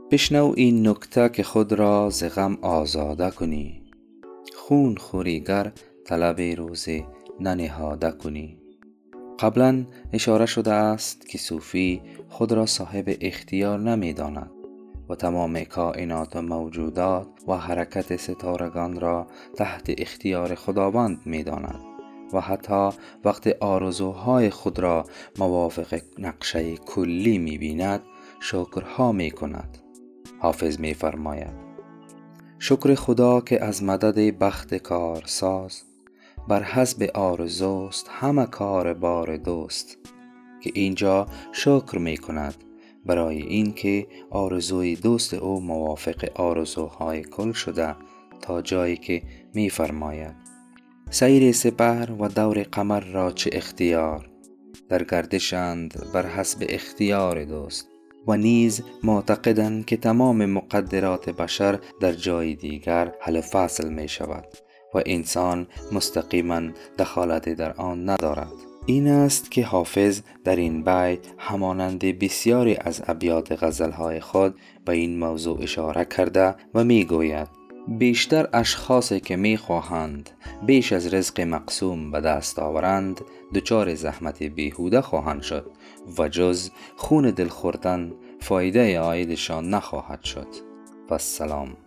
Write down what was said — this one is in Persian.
بشنو این نکته که خود را ز غم آزاده کنی، خون خوری گر طلب روزی ننهاده کنی. قبلا اشاره شده است که صوفی خود را صاحب اختیار نمی داند و تمام کائنات و موجودات و حرکت ستارگان را تحت اختیار خداوند می داند و حتی وقت آرزوهای خود را موافق نقشه کلی می بیند شکرها می کند. حافظ می فرماید: شکر خدا که از مدد بخت کارساز، بر حسب آرزوست همه کار بار دوست. که اینجا شکر می کند برای این که آرزوی دوست او موافق آرزوهای کل شده، تا جایی که می فرماید: سیر سپهر و دور قمر را چه اختیار، در گردشند بر حسب اختیار دوست. و نیز معتقدند که تمام مقدرات بشر در جای دیگر حل فصل می شود و انسان مستقیما دخالت در آن ندارد. این است که حافظ در این بیت همانند بسیاری از ابیات غزلهای خود به این موضوع اشاره کرده و می گوید: بیشتر اشخاصی که می خواهند بیش از رزق مقسوم به دست آورند دچار زحمت بیهوده خواهند شد و جز خون دل خوردن فایده عایدشان نخواهد شد. و السلام.